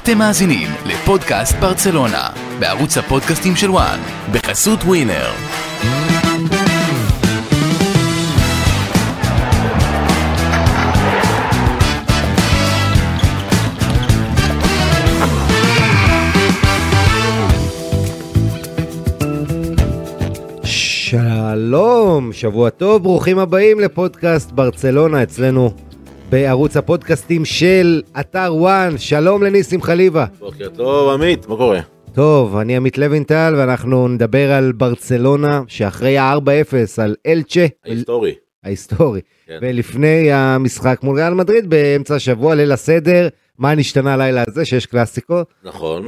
אתם מאזינים לפודקאסט ברצלונה, בערוץ הפודקאסטים של וואן, בחסות ווינר. שלום, שבוע טוב, ברוכים הבאים לפודקאסט ברצלונה אצלנו בערוץ הפודקאסטים של אתר וואן. שלום לניסים חליבה. בוקר טוב עמית, מה קורה? טוב, אני עמית לוינטל ואנחנו נדבר על ברצלונה שאחרי ה-4-0 על אלצ'ה. ההיסטורי. כן. ולפני המשחק מול ריאל מדריד באמצע השבוע, ליל הסדר, מה נשתנה הלילה הזה שיש קלאסיקו? נכון.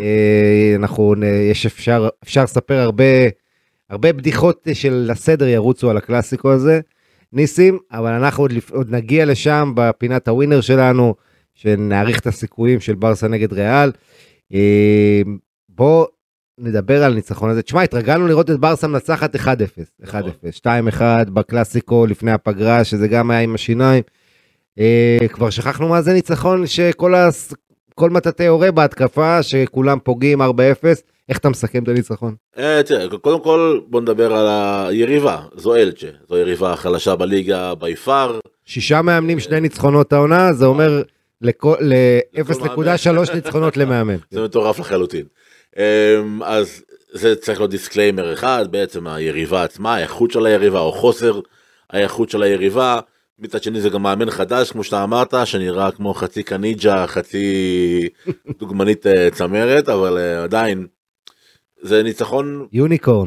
אפשר לספר הרבה בדיחות של הסדר ירוצו על הקלאסיקו הזה, ניסים, אבל אנחנו עוד נגיע לשם בפינת הווינר שלנו, שנעריך את הסיכויים של ברסה נגד ריאל. בוא נדבר על ניצחון הזה. תשמע, התרגלנו לראות את ברסה מנצחת 1-0, 2-1 בקלאסיקו לפני הפגרה, שזה גם היה עם השיניים. כבר שכחנו מה זה ניצחון, שכל מטאטי הורה בהתקפה, שכולם פוגעים 4-0, איך אתה מסכם את הניצחון? תראה, קודם כל בוא נדבר על היריבה, זו אלצ'ה, זו יריבה חלשה בליגה ביפר. 6 מאמנים, 2 ניצחונות העונה, זה אומר ל-0.3 ניצחונות למאמן. זה מטורף לחלוטין. אז זה צריך להיות דיסקליימר אחד, בעצם היריבה עצמה, האיכות של היריבה, או חוסר האיכות של היריבה. מצד שני זה גם מאמן חדש, כמו שאתה אמרת, שנראה כמו חצי קניג'ה, חצי דוגמנית צמרת, אבל עדיין זה ניצחון... יוניקורן.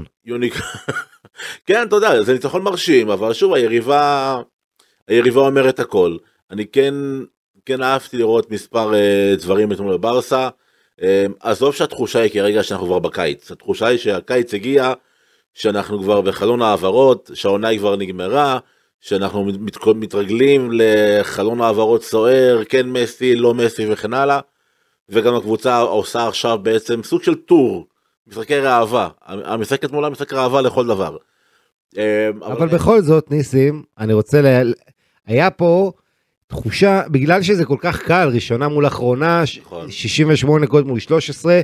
כן, אתה יודע, זה ניצחון מרשים, אבל שוב, היריבה אומרת הכל. אני כן אהבתי לראות מספר דברים אתמול בברסה. עזוב שהתחושה היא כרגע שאנחנו כבר בקיץ. התחושה היא שהקיץ הגיע, שאנחנו כבר בחלון העברות, שהעונה היא כבר נגמרה, שאנחנו מתרגלים לחלון העברות סוער, כן מסי, לא מסי וכן הלאה, וגם הקבוצה עושה עכשיו בעצם סוג של טור, משחקי ראווה, המשחקת מולה משחק ראווה לכל דבר. אבל בכל זאת, ניסים, אני רוצה, היה פה תחושה, בגלל שזה כל כך קל, ראשונה מול אחרונה, 68 נקודות מול 13,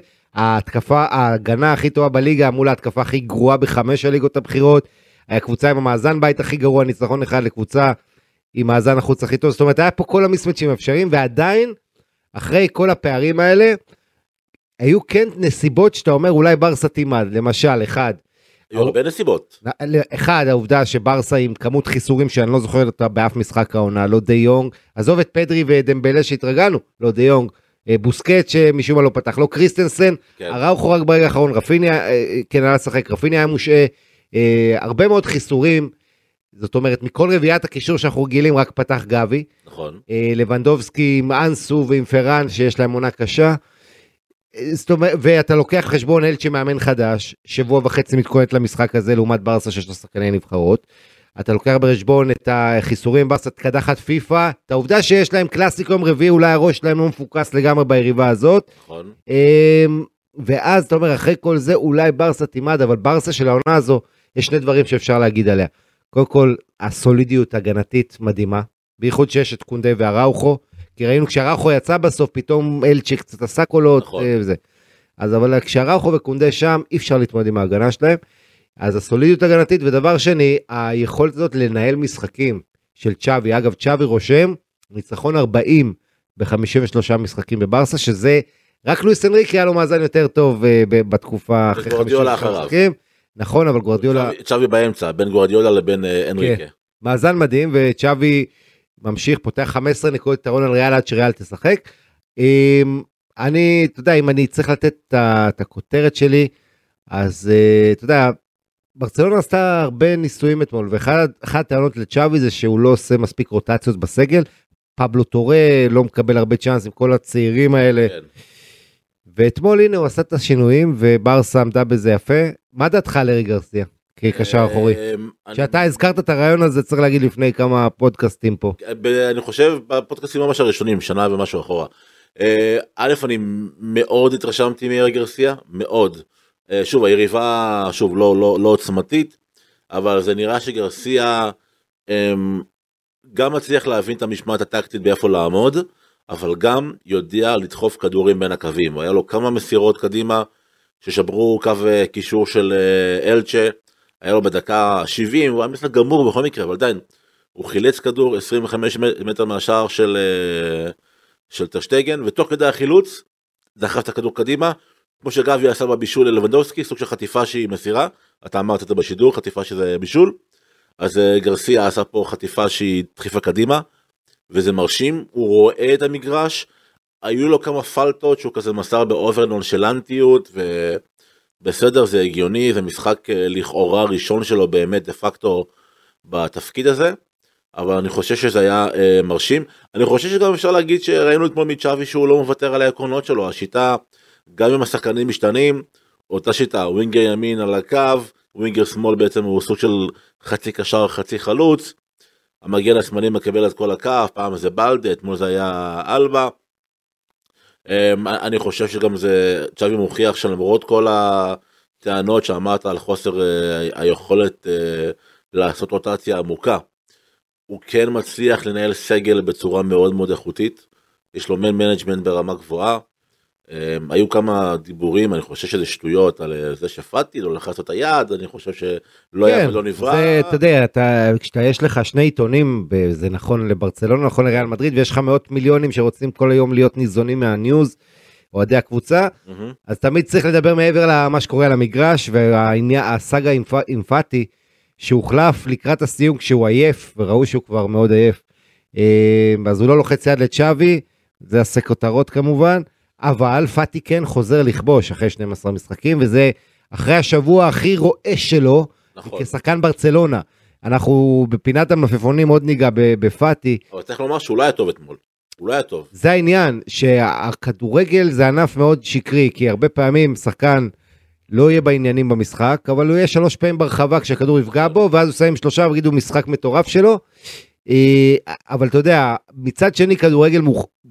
ההגנה הכי טובה בליגה, מול ההתקפה הכי גרועה ב5 הליגות הבחירות, היה קבוצה עם המאזן בית הכי גרוע, ניצחון אחד לקבוצה עם מאזן החוץ הכי טוב, זאת אומרת, היה פה כל המסמצ'ים אפשריים, ועדיין, אחרי כל הפערים האלה, היו כן נסיבות שאתה אומר, אולי ברסה תימד, למשל, אחד. היו הרבה נסיבות. אחד, העובדה שברסה עם כמות חיסורים, שאני לא זוכר אותה באף משחק העונה, לא די יונג, עזוב את פדרי ודמבלה שהתרגלנו, לא די יונג, בוסקט שמשום מה לא פתח, לא קריסטנסן, אראוכו רק ברגע האחרון, רפיניה, כן, היה לשחק, רפיניה היה מושעה, הרבה מאוד חיסורים, זאת אומרת, מכל רביעת הקישור שאנחנו רגילים, רק פתח גבי. נכון. לבנדובסקי עם אנסו ועם פרן, שיש להם עונה קשה. זאת אומרת, ואתה לוקח חשבון אלצ'ה מאמן חדש, שבוע וחצי מתכוננת למשחק הזה, לעומת ברסה שיש לו שחקני נבחרות. אתה לוקח בחשבון את החיסורים, ברסה קדחת פיפה, את העובדה שיש להם קלאסיקו יום רביעי, אולי הראש שלהם לא מפוקס לגמרי ביריבה הזאת. נכון. ואז אתה אומר, אחרי כל זה, אולי ברסה תימד, אבל ברסה של העונה הזו, יש 2 דברים שאפשר להגיד עליה. קודם כל, הסולידיות הגנתית מדהימה, בייחוד שיש את קונדה ואראוכו, כי ראינו כשאראוכו יצא בסוף, פתאום אלצ'ה קצת עשה קולות, נכון. וזה. אז אבל כשאראוכו וקונדה שם, אי אפשר להתמודד עם ההגנה שלהם, אז הסולידיות הגנתית, ודבר שני, היכולת הזאת לנהל משחקים של צ'אבי, אגב, צ'אבי רושם, ניצחון 40 ב-53 משחקים בברסה, שזה רק לואיס אנריקי היה לו מאזן יותר טוב בתקופה אחרי 53 משחקים. נכון, אבל גוארדיולה... צ'אבי באמצע, בין גוארדיולה לבין אנריקה. כן, מאזן מדהים, וצ'אבי ממשיך, פותח 15 נקודות יתרון על ריאל עד שריאל תשחק. אתה יודע, אם אני צריך לתת את הכותרת שלי, אז אתה יודע, ברצלונה עשתה הרבה ניסויים אתמול, ואחת הטענות לצ'אבי זה שהוא לא עושה מספיק רוטציות בסגל, פבלו טורה לא מקבל הרבה צ'אנס עם כל הצעירים האלה, כן. ואתמול הנה הוא עשה את השינויים, וברסה עמדה בזה יפה. מה דעתך לארי גרסיה, כקשר אחורי? שאתה הזכרת את הרעיון הזה, צריך להגיד לפני כמה פודקאסטים פה. אני חושב, בפודקאסטים ממש הראשונים, שנה ומשהו אחורה. א', אני מאוד התרשמתי מארי גרסיה, מאוד. שוב, היריבה, שוב, לא עוצמתית, אבל זה נראה שגרסיה גם מצליח להבין את המשמעת הטקטית באיפה לעמוד, אבל גם יודע לדחוף כדורים בין הקווים. היה לו כמה מסירות קדימה ששברו קו קישור של אלצ'ה, היה לו בדקה 70, הוא היה משחק גמור בכל מקרה, אבל עדיין, הוא חילץ כדור 25 מטר מהשער של טרשטגן, ותוך כדי החילוץ, דחף את הכדור קדימה, כמו שגבי עשה בבישול ללבנדובסקי, סוג של חטיפה שהיא מסירה, אתה אמרת את זה בשידור, חטיפה שזה בישול, אז גרסיה עשה פה חטיפה שהיא דחיפה קדימה, וזה מרשים, הוא רואה את המגרש, היו לו כמה פלטות שהוא כזה מסר באובר נונשלנטיות, ובסדר זה הגיוני, זה משחק לכאורה ראשון שלו באמת דה פקטו בתפקיד הזה, אבל אני חושב שזה היה מרשים, אני חושב שגם אפשר להגיד שראינו אתמול מצ'אבי שהוא לא מוותר על העקרונות שלו, השיטה, גם אם השחקנים משתנים, אותה שיטה, ווינגר ימין על הקו, ווינגר שמאל בעצם הוא סוג של חצי קשר, חצי חלוץ, המגן השמאלי מקבל את כל הקו, פעם זה בלדה, אתמול זה היה אלבה, אני חושב שגם זה, צ'אבי מוכיח שלמרות כל הטענות שאמרת על חוסר היכולת לעשות רוטציה עמוקה, הוא כן מצליח לנהל סגל בצורה מאוד מאוד איכותית, יש לו מנג'מנט ברמה גבוהה, היו כמה דיבורים, אני חושב שזה שטויות על זה שפאטי, לא לחץ את היד, אני חושב שלא היה ולא נברא. זה, אתה יודע, כשאתה יש לך שני עיתונים, זה נכון לברצלונה, נכון לריאל מדריד, ויש לך מאות מיליונים שרוצים כל היום להיות ניזונים מהניוז, אוהדי הקבוצה, אז תמיד צריך לדבר מעבר למה שקורה על המגרש, והסאגה עם פאטי, שהוחלף לקראת הסיום כשהוא עייף, וראו שהוא כבר מאוד עייף, אז הוא לא לוחץ יד לצ'אבי, זה עשה כותרות כמובן, אבל פאטי כן חוזר לכבוש אחרי 12 משחקים, וזה אחרי השבוע הכי רועש שלו, נכון. כשחקן ברצלונה. אנחנו בפינת המלפפונים עוד ניגע בפאטי. אבל צריך לומר שהוא לא היה טוב אתמול. הוא לא היה טוב. זה העניין, שהכדורגל זה ענף מאוד שקרי, כי הרבה פעמים שחקן לא יהיה בעניינים במשחק, אבל הוא יהיה 3 פעמים ברחבה כשהכדור יפגע בו, ואז הוא סיים 3 וגידו משחק מטורף שלו, אבל אתה יודע, מצד שני כדורגל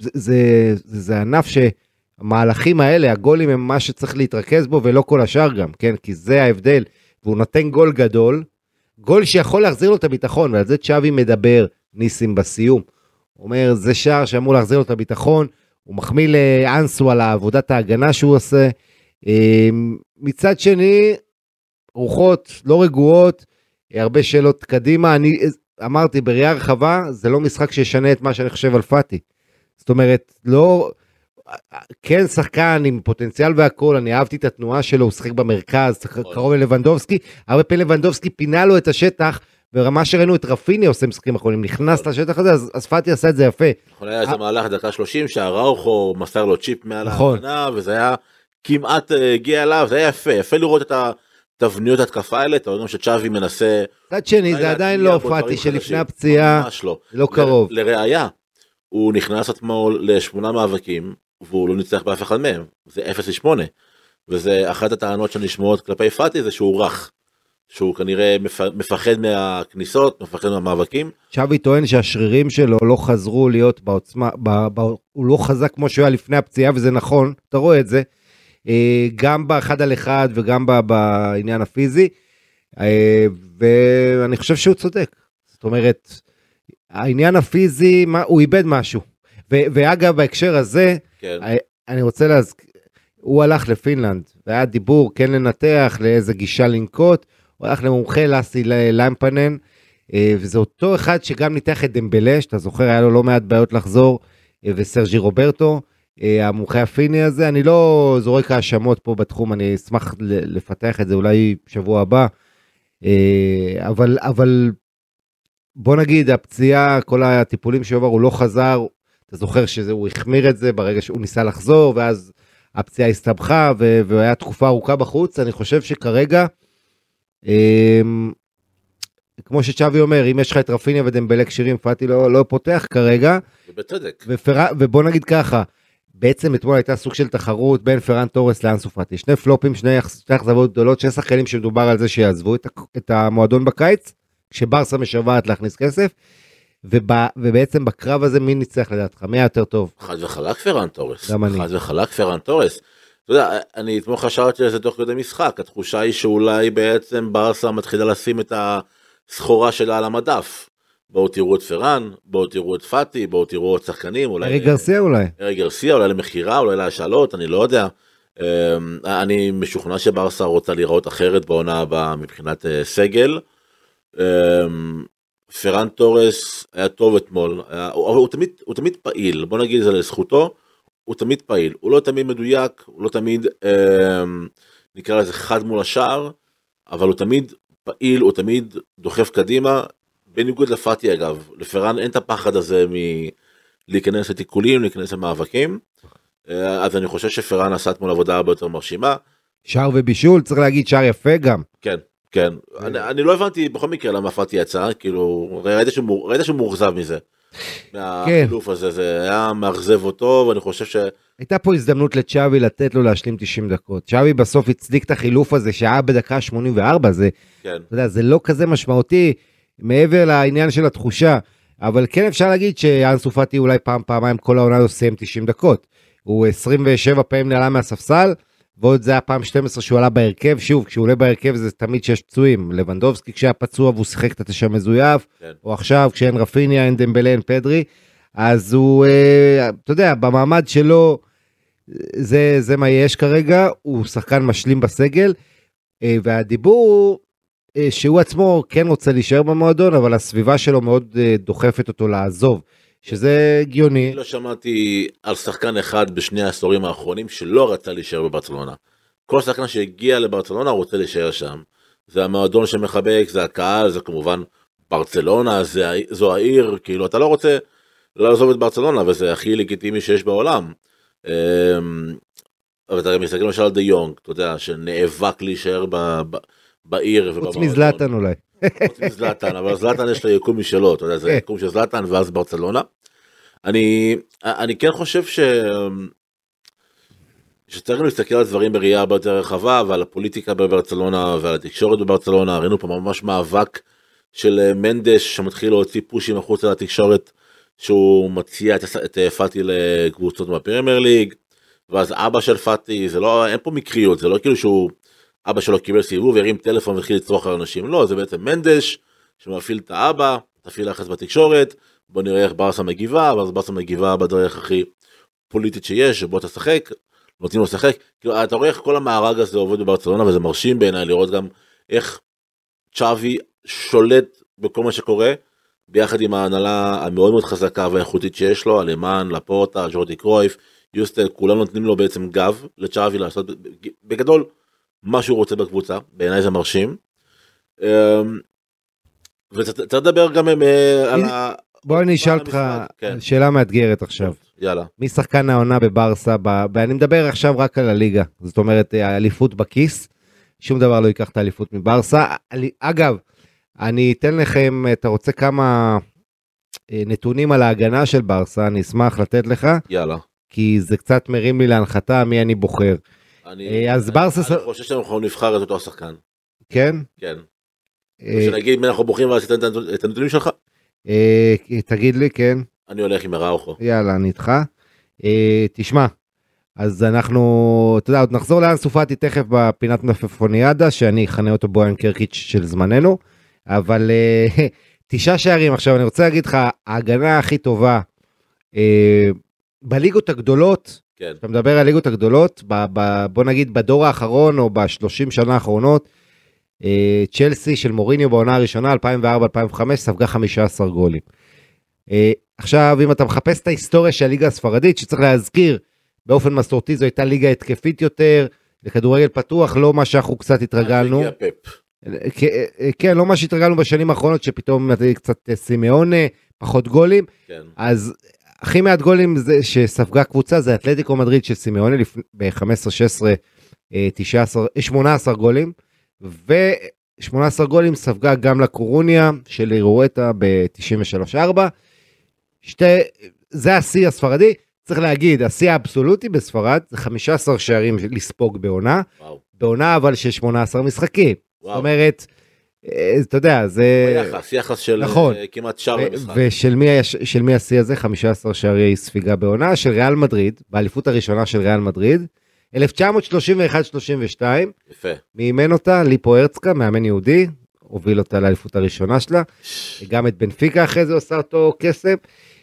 זה ענף שהמהלכים האלה, הגולים הם מה שצריך להתרכז בו, ולא כל השאר גם, כן? כי זה ההבדל, והוא נותן גול גדול, גול שיכול להחזיר לו את הביטחון, ועל זה צ'אבי מדבר, ניסים בסיום, הוא אומר, זה שער שאמור להחזיר לו את הביטחון, הוא מחמיא לאנסו על עבודת ההגנה שהוא עושה, מצד שני, רוחות לא רגועות, הרבה שאלות קדימה, אני אמרתי בראייה רחבה, זה לא משחק שישנה את מה שאני חושב על פאטי, זאת אומרת, לא, כן שחקן עם פוטנציאל והכל, אני אהבתי את התנועה שלו, הוא שחק במרכז, קרוב ללבנדובסקי, הרבה פעמים לבנדובסקי פינה לו את השטח, ורמה שראינו את רפיני עושה משחקים אחרונים, נכנס לשטח הזה, אז פאטי עשה את זה יפה. נכון, היה איזה מהלך דקה 30, שהראוכו מסר לו צ'יפ מעל ההגנה, וזה היה כמעט הגיע אליו, זה היה יפה, יפה לראות את התבניות התקפה האלה, אתה יודע שצ'אבי מנסה... צד שני, זה עדיין לא פאטי שלפני הפציעה, לא קרוב. לראיה, הוא נכנס אתמול ל8 מאבקים, והוא לא ניצח באף אחד מהם, זה 0-8, וזה אחת הטענות שנשמעות כלפי פאטי, זה שהוא רך, שהוא כנראה מפחד מהכניסות, מפחד מהמאבקים. צ'אבי טוען שהשרירים שלו לא חזרו להיות בעוצמה, הוא לא חזק כמו שהוא היה לפני הפציעה, וזה נכון, אתה רואה את זה, גם באחד על אחד וגם בעניין הפיזי, ואני חושב שהוא צודק. זאת אומרת, העניין הפיזי, הוא איבד משהו. ואגב, בהקשר הזה, כן. אני רוצה להזכיר, הוא הלך לפינלנד, והיה דיבור כן לנתח, לאיזה גישה לנקוט, הוא הלך למומחה לאסי למפנן, וזה אותו אחד שגם ניתח את דמבלה, שאתה זוכר, היה לו לא מעט בעיות לחזור, וסרג'י רוברטו, המומחה הפיני הזה, אני לא זורק האשמות פה בתחום, אני אשמח לפתח את זה אולי שבוע הבא, אבל בוא נגיד, הפציעה, כל הטיפולים שעובר, הוא לא חזר, אתה זוכר שהוא החמיר את זה ברגע שהוא ניסה לחזור, ואז הפציעה הסתבכה, והיה תקופה ארוכה בחוץ, אני חושב שכרגע, כמו שצ'אבי אומר, אם יש לך את רפיניה ודמבלה כשירים, פאטי לא פותח כרגע, ובצדק. ובוא נגיד ככה, בעצם אתמול הייתה סוג של תחרות בין פרן תורס לאנסו פאטי, 2 פלופים, 2 אכזבות גדולות, 6 שחקנים שמדובר על זה שיעזבו את המועדון בקיץ, כשברסה משוועת להכניס כסף, ובעצם בקרב הזה מי ניצח לדעתך? מי יותר טוב? חד וחלק פרן תורס. גם אני. חד וחלק פרן תורס. אתה יודע, אני אתמול חשבתי על זה תוך כדי משחק, התחושה היא שאולי בעצם ברסה מתחילה לשים את הסחורה שלה על המדף, בואו תראו את פרן, בואו תראו את פאטי, בואו תראו את שחקנים, אריק גרסיה אולי. אריק גרסיה, אולי למחירה, אולי להשאלות, אני לא יודע. אני משוכנע שברסה רוצה לראות אחרת בעונה הבאה מבחינת סגל. פרן טורס היה טוב אתמול, הוא תמיד פעיל, בוא נגיד את זה לזכותו, הוא תמיד פעיל, הוא לא תמיד מדויק, הוא לא תמיד נקרא לזה חד מול השאר, אבל הוא תמיד פעיל, הוא תמיד דוחף קדימה, בניגוד לפאטי אגב, לפרן אין את הפחד הזה מלהיכנס לתיקולים, להיכנס למאבקים, אז אני חושב שפרן עשה אתמול עבודה הרבה יותר מרשימה. שער ובישול, צריך להגיד שער יפה גם. כן, כן. אני לא הבנתי בכל מקרה למה פאטי יצא, כאילו, ראית שהוא מאוכזב מזה. מהחילוף הזה, זה היה מאכזב אותו, ואני חושב הייתה פה הזדמנות לצ'אבי לתת לו להשלים 90 דקות. צ'אבי בסוף הצדיק את החילוף הזה, שהיה בדקה 84, זה, אתה יודע, זה לא כזה משמעותי, מעבר לעניין של התחושה, אבל כן אפשר להגיד שאנסו פאטי אולי פעמיים כל העונה לא סיים 90 דקות. הוא 27 פעמים נעלה מהספסל, ועוד זה היה פעם 12 שהוא עלה בהרכב, שוב, כשהוא עולה בהרכב זה תמיד שיש פצועים, לבנדובסקי כשהיה פצוע והוא שיחק את התשע מזויף, או עכשיו כשאין רפיניה, אין דמבלה, אין פדרי, אז הוא, אתה יודע, במעמד שלו, זה מה יש כרגע, הוא שחקן משלים בסגל, והדיבור שהוא עצמו כן רוצה להישאר במועדון, אבל הסביבה שלו מאוד דוחפת אותו לעזוב, שזה הגיוני. אני לא שמעתי על שחקן אחד בשני העשורים האחרונים שלא רצה להישאר בברצלונה. כל שחקן שהגיע לברצלונה רוצה להישאר שם. זה המועדון שמחבק, זה הקהל, זה כמובן ברצלונה, זו העיר, כאילו אתה לא רוצה לעזוב את ברצלונה, וזה הכי לגיטימי שיש בעולם. אבל אתה מסתכל למשל על דה יונג, אתה יודע, שנאבק להישאר בעיר. חוץ מזלטן אולי. חוץ מזלטן, אבל זלטן יש לו יקום משלו, אתה יודע, זה יקום של זלטן ואז ברצלונה. אני כן חושב שצריך להסתכל על דברים בראייה הרבה יותר רחבה, ועל הפוליטיקה בברצלונה ועל התקשורת בברצלונה. ראינו פה ממש מאבק של מנדש שמתחיל להוציא פושים החוצה לתקשורת, שהוא מציע את פאטי לקבוצות בפרמייר ליג, ואז אבא של פאטי, זה לא, אין פה מקריות, זה לא כאילו שהוא אבא שלו קיבל סיבוב והרים טלפון והתחיל לצרוך על אנשים, לא, זה בעצם מנדש שמפעיל את האבא, תפעיל לחץ בתקשורת, בוא נראה איך ברסה מגיבה, ואז ברסה מגיבה בדרך הכי פוליטית שיש, שבוא תשחק, נותנים לו לשחק, כאילו, אתה רואה איך כל המארג הזה עובד בברצלונה, וזה מרשים בעיניי לראות גם איך צ'אבי שולט בכל מה שקורה, ביחד עם ההנהלה המאוד מאוד חזקה והאיכותית שיש לו, אלמן, לפורטה, ג'ורדי קרויף, יוסטל, כולם נותנים לו בעצם גב לצ'אבי לעשות בגדול מה שהוא רוצה בקבוצה, בעיניי זה מרשים. וצריך לדבר גם על ה... בוא אני אשאל אותך שאלה מאתגרת עכשיו. יאללה. מי שחקן העונה בברסה, ואני מדבר עכשיו רק על הליגה, זאת אומרת האליפות בכיס, שום דבר לא ייקח את האליפות מברסה. אגב, אני אתן לכם, אתה רוצה כמה נתונים על ההגנה של ברסה, אני אשמח לתת לך. יאללה. כי זה קצת מרים לי להנחתה מי אני בוחר. אז ברסה... אני חושב שאנחנו נבחר את אותו השחקן. כן? כן. שנגיד, אנחנו בוחרים ועשית את הנתונים שלך? תגיד לי, כן. אני הולך עם אראוחו. יאללה, אני איתך. תשמע, אז אנחנו, אתה יודע, עוד נחזור לאנסו פאטי תכף בפינת מלפפוניאדה, שאני אכנה אותו בויאן קרקיץ' של זמננו, אבל 9 שערים. עכשיו אני רוצה להגיד לך, ההגנה הכי טובה בליגות הגדולות, כן. אתה מדבר על ליגות הגדולות, בוא נגיד בדור האחרון או ב30 שנה האחרונות, צ'לסי של מוריניו בעונה הראשונה 2004-2005 ספגה 15 גולים. עכשיו אם אתה מחפש את ההיסטוריה של הליגה הספרדית, שצריך להזכיר באופן מסורתי זו הייתה ליגה התקפית יותר, לכדורגל פתוח, לא מה שאנחנו קצת התרגלנו. כן, לא מה שהתרגלנו בשנים האחרונות, שפתאום קצת סימאונה, פחות גולים. כן. אז הכי מעט גולים זה שספגה קבוצה, זה אתלטיקו מדריד של סימאונה, ב-15-16, 18 גולים, ו-18 גולים ספגה גם לקורוניה של אירואטה ב-93-4. זה השיא הספרדי, צריך להגיד, השיא האבסולוטי בספרד, זה 15 שערים לספוג בעונה, בעונה אבל של 18 משחקים. זאת אומרת, אתה יודע, זה... יחס של נכון. כמעט שער במשחק. ושל מי השיא הזה? 15 שערי ספיגה בעונה, של ריאל מדריד, באליפות הראשונה של ריאל מדריד, 1931-32, יפה. מאמן אותה, ליפו הרצקה, מאמן יהודי, הוביל אותה לאליפות הראשונה שלה, גם את בנפיקה אחרי זה עושה אותו קסם,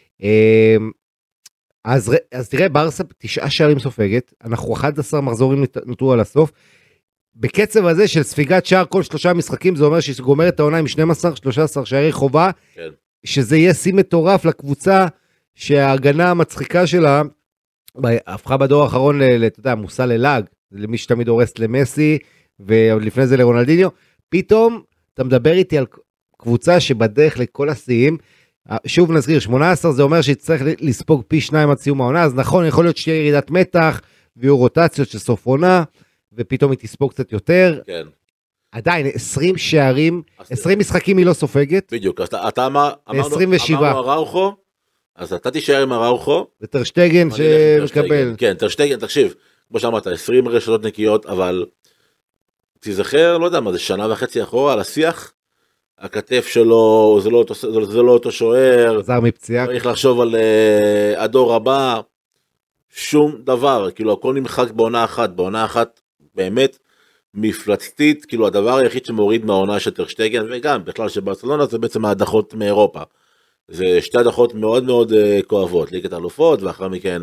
אז תראה, ברסה 9 שערים סופגת, אנחנו 11 מחזורים נותרו על הסוף, בקצב הזה של ספיגת שער כל 3 משחקים, זה אומר שהיא גומרת את העונה עם 12-13 שערי חובה, כן. שזה יהיה שיא מטורף לקבוצה, שההגנה המצחיקה שלה, הפכה בדור האחרון, אתה יודע, מושא ללאג, למי שתמיד הורס למסי, ועוד לפני זה לרונלדיניו, פתאום אתה מדבר איתי על קבוצה שבדרך לכל השיאים, שוב נזכיר, 18 זה אומר שצריך לספוג פי 2 עד סיום העונה, אז נכון, יכול להיות שתהיה ירידת מתח, ויהיו רוטציות של סוף עונה, ופתאום היא תספוג קצת יותר. כן. עדיין, 20 שערים, 20 משחקים היא לא סופגת. בדיוק, אז אתה אמרנו אראוחו, אז אתה תישאר עם אראוחו. וטרשטגן שמקבל. כן, טרשטגן, תקשיב, כמו שאמרת, 20 רשתות נקיות, אבל תזכר, לא יודע מה, זה 1.5 שנה אחורה על השיח, הכתף שלו, זה לא אותו שוער, חזר מפציעה. צריך לחשוב על הדור הבא, שום דבר, כאילו הכל נמחק בעונה אחת באמת מפלצתית, כאילו הדבר היחיד שמוריד מהעונה של טרשטגן, וגם בכלל של ברצלונה, זה בעצם ההדחות מאירופה. זה 2 הדחות מאוד מאוד כואבות, ליגת האלופות, ואחר מכן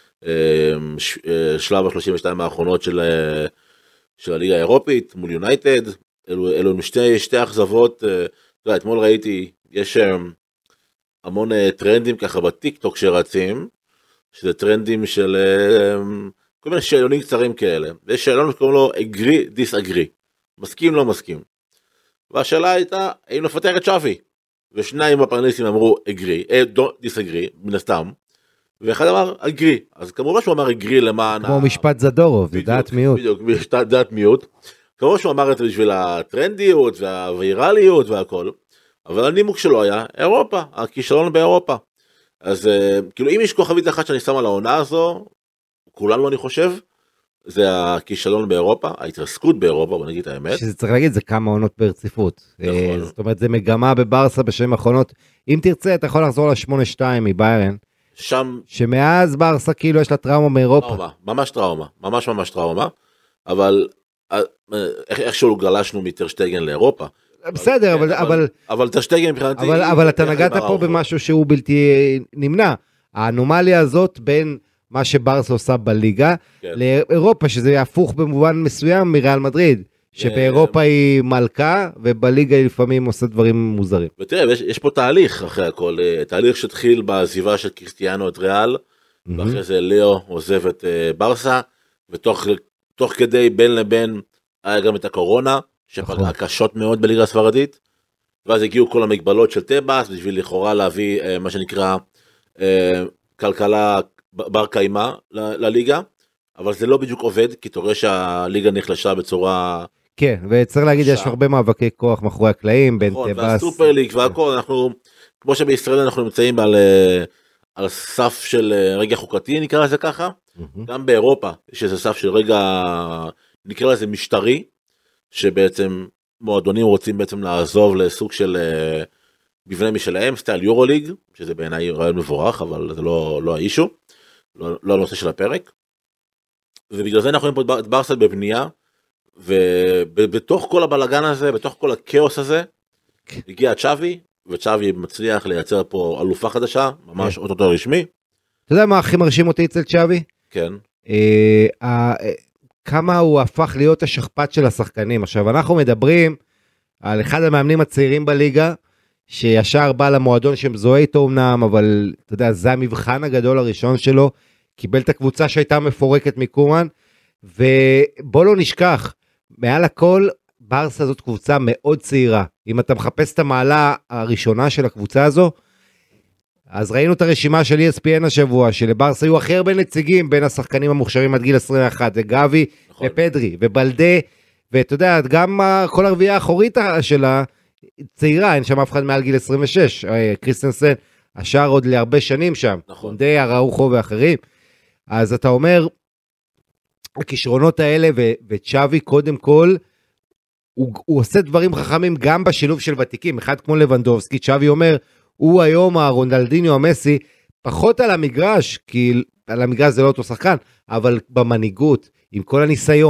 שלב ה-32 האחרונות של הליגה האירופית, מול יונייטד, אלו שתי אכזבות, אתמול ראיתי, יש המון טרנדים ככה בטיק טוק שרצים, שזה טרנדים של כל מיני שאלונים קצרים כאלה, ויש שאלון שקוראים לו agree, disagree, מסכים לא מסכים, והשאלה הייתה, האם לפטר את שווי, ושניים בפרניסים אמרו agree, don't disagree, מן הסתם, ואחד אמר agree, אז כמובן שהוא אמר agree למען... כמו משפט זדורוב, זה דעת מיעוט. בדיוק, דעת מיעוט, כמובן שהוא אמר את זה בשביל הטרנדיות והווירליות והכל, אבל הנימוק שלו היה אירופה, הכישלון באירופה. אז כאילו אם יש כוכבית אחת שאני שם על העונה הזו, כולנו אני חושב, זה הכישלון באירופה, ההתרסקות באירופה, בוא נגיד את האמת. שזה צריך להגיד, זה כמה עונות ברציפות. נכון. זאת אומרת, זה מגמה בברסה בשנים האחרונות. אם תרצה, אתה יכול לחזור ל-8-2 מביירן. שם... שמאז ברסה כאילו יש לה טראומה מאירופה. טראומה, ממש טראומה, ממש טראומה, אבל איכשהו גלשנו מטרשטגן לאירופה. בסדר, אבל טרשטגן מבחינתי... אבל אתה נגעת פה במשהו שהוא בלתי נמנע. האנומליה הזאת בין מה שברסה עושה בליגה לאירופה, שזה הפוך במובן מסוים מריאל מדריד, שבאירופה היא מלכה, ובליגה היא לפעמים עושה דברים מוזרים. ותראה, יש פה תהליך אחרי הכל, תהליך שהתחיל בעזיבה של קריסטיאנו את ריאל, ואחרי זה ליאו עוזב את ברסה, ותוך כדי בין לבין היה גם את הקורונה, שפגעה קשות מאוד בליגה הספרדית, ואז הגיעו כל המגבלות של טבאס, בשביל לכאורה להביא מה שנקרא כלכלה בר קיימה לליגה, אבל זה לא בדיוק עובד, כי אתה רואה שהליגה נחלשה בצורה... כן, וצריך להגיד, יש הרבה מאבקי כוח מאחורי הקלעים, בין טבאס... והסופר ליג והכל, אנחנו, כמו שבישראל אנחנו נמצאים על סף של רגע חוקתי, נקרא לזה ככה, גם באירופה יש איזה סף של רגע, נקרא לזה משטרי, שבעצם מועדונים רוצים בעצם לעזוב לסוג של מבנה משלהם, סטייל יורו ליג, שזה בעיניי רעיון מבורך, אבל זה לא האישו, לא הנושא של הפרק, ובגלל זה אנחנו רואים פה את ברסה בבנייה, ובתוך כל הבלגן הזה, בתוך כל הכאוס הזה, הגיע צ'אבי, וצ'אבי מצליח לייצר פה אלופה חדשה, ממש אותו רשמי. אתה יודע מה הכי מרשים אותי אצל צ'אבי? כן. כמה הוא הפך להיות השכפ"ץ של השחקנים. עכשיו, אנחנו מדברים על אחד המאמנים הצעירים בליגה, שישר בא למועדון שמזוהה איתו אמנם, אבל אתה יודע, זה המבחן הגדול הראשון שלו, קיבל את הקבוצה שהייתה מפורקת מקומן, ובוא לא נשכח, מעל הכל, ברסה זאת קבוצה מאוד צעירה. אם אתה מחפש את המעלה הראשונה של הקבוצה הזו, אז ראינו את הרשימה של ESPN השבוע, שלברסה היו הכי הרבה נציגים בין השחקנים המוכשרים עד גיל 21, זה גבי ופדרי ובלדה, ואתה יודע, גם כל הרביעה האחורית שלה צעירה, אין שם אף אחד מעל גיל 26, קריסטנסן, השאר עוד להרבה שנים שם, קונדה, אראוחו ואחרים, אז אתה אומר, הכישרונות האלה, וצ'אבי קודם כל, הוא עושה דברים חכמים גם בשילוב של ותיקים, אחד כמו לבנדובסקי, צ'אבי אומר, הוא היום הרונלדיניו המסי, פחות על המגרש, כי על המגרש זה לא אותו שחקן, אבל במנהיגות, עם כל הניסיון,